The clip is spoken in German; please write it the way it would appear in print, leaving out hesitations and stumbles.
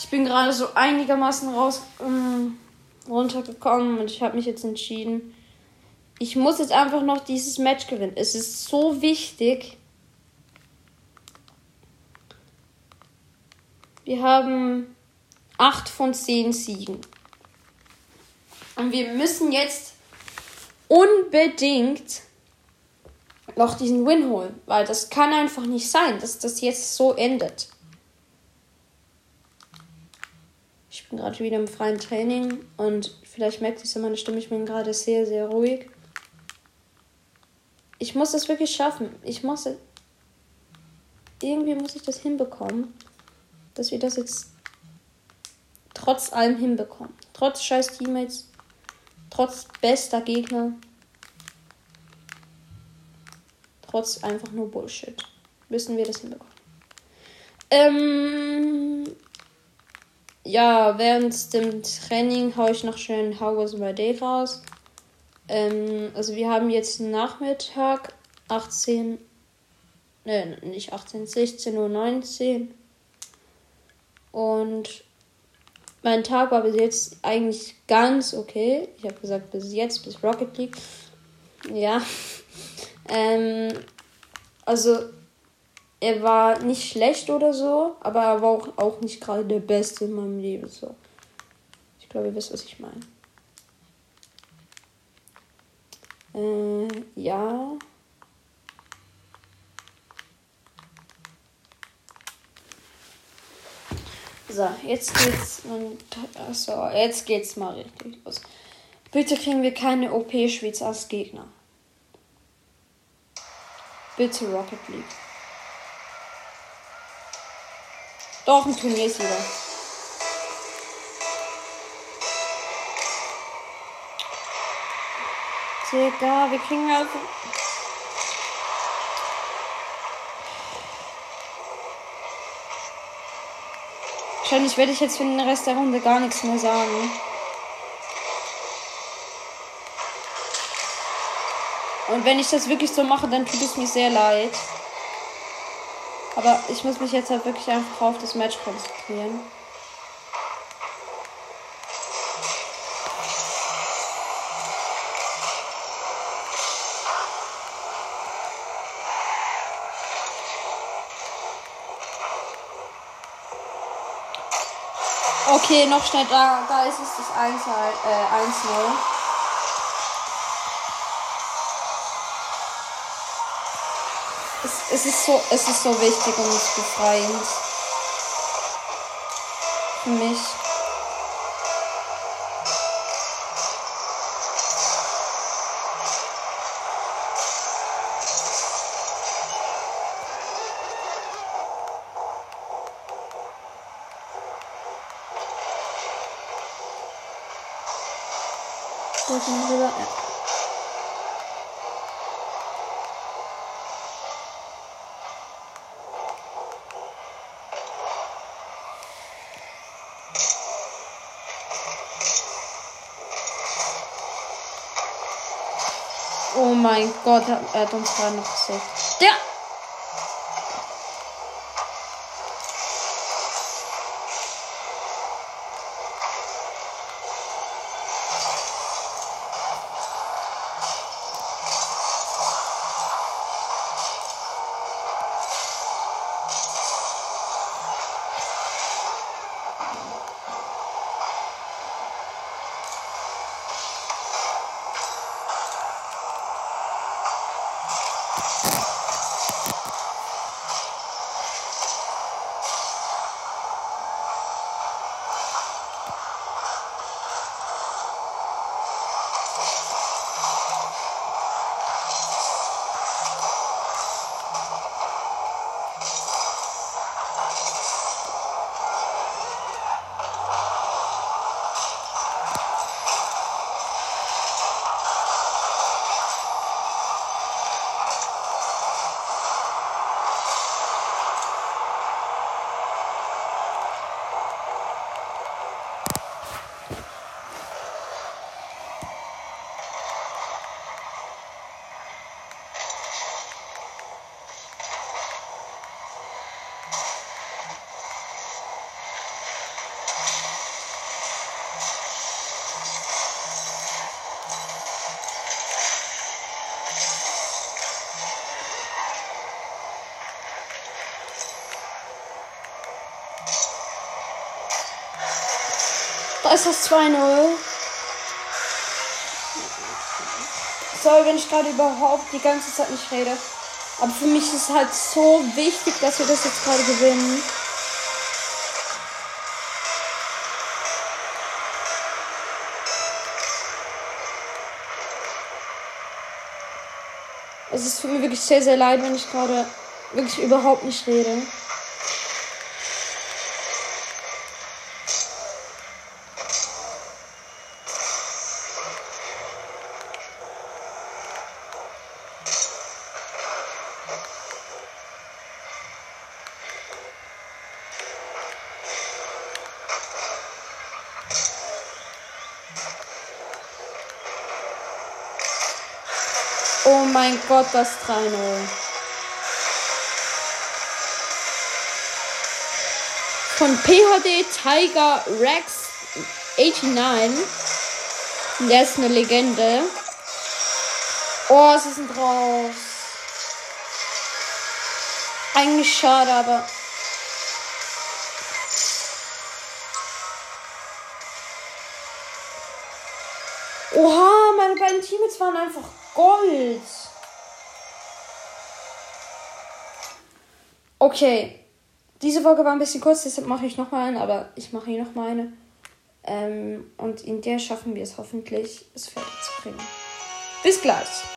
Ich bin gerade so einigermaßen runtergekommen und ich habe mich jetzt entschieden. Ich muss jetzt einfach noch dieses Match gewinnen. Es ist so wichtig. Wir haben 8 von 10 Siegen. Und wir müssen jetzt unbedingt noch diesen Win holen. Weil das kann einfach nicht sein, dass das jetzt so endet. Ich bin gerade wieder im freien Training. Und vielleicht merkt ihr es an meiner Stimme, ich bin gerade sehr, sehr ruhig. Ich muss das wirklich schaffen. Irgendwie muss ich das hinbekommen, dass wir das jetzt trotz allem hinbekommen. Trotz scheiß Teammates, trotz bester Gegner, trotz einfach nur Bullshit. Müssen wir das hinbekommen. Ja, während dem Training haue ich noch schnell How Was My Day raus. Also wir haben jetzt Nachmittag 16:19 Uhr. Und mein Tag war bis jetzt eigentlich ganz okay. Ich habe gesagt, bis Rocket League. Ja. Also, er war nicht schlecht oder so, aber er war auch nicht gerade der Beste in meinem Leben. So. Ich glaube, ihr wisst, was ich meine. Ja. So, jetzt geht's mal richtig los. Bitte kriegen wir keine OP-Schweiz als Gegner. Bitte Rocket League. Doch, ein Turnier ist wieder. Digga, wir kriegen also... Wahrscheinlich werde ich jetzt für den Rest der Runde gar nichts mehr sagen. Und wenn ich das wirklich so mache, dann tut es mir sehr leid. Aber ich muss mich jetzt halt wirklich einfach auf das Match konzentrieren. Okay, noch schnell, da ist es das 1-0. Es ist so wichtig und es befreiend. Für mich. Ja. Oh mein Gott, er hat uns gerade noch gesehen. Ja! Da ist das 2-0. Sorry, wenn ich gerade überhaupt die ganze Zeit nicht rede. Aber für mich ist es halt so wichtig, dass wir das jetzt gerade gewinnen. Es ist für mich wirklich sehr, sehr leid, wenn ich gerade wirklich überhaupt nicht rede. Oh mein Gott, das 3-0. Von PHD Tiger Rex 89. Der ist eine Legende. Oh, es ist ein draus. Eigentlich schade, aber. Oha, meine beiden Teammates waren einfach Gold. Okay. Diese Folge war ein bisschen kurz, deshalb mache ich nochmal eine, aber ich mache hier nochmal eine. Und in der schaffen wir es hoffentlich, es fertig zu bringen. Bis gleich.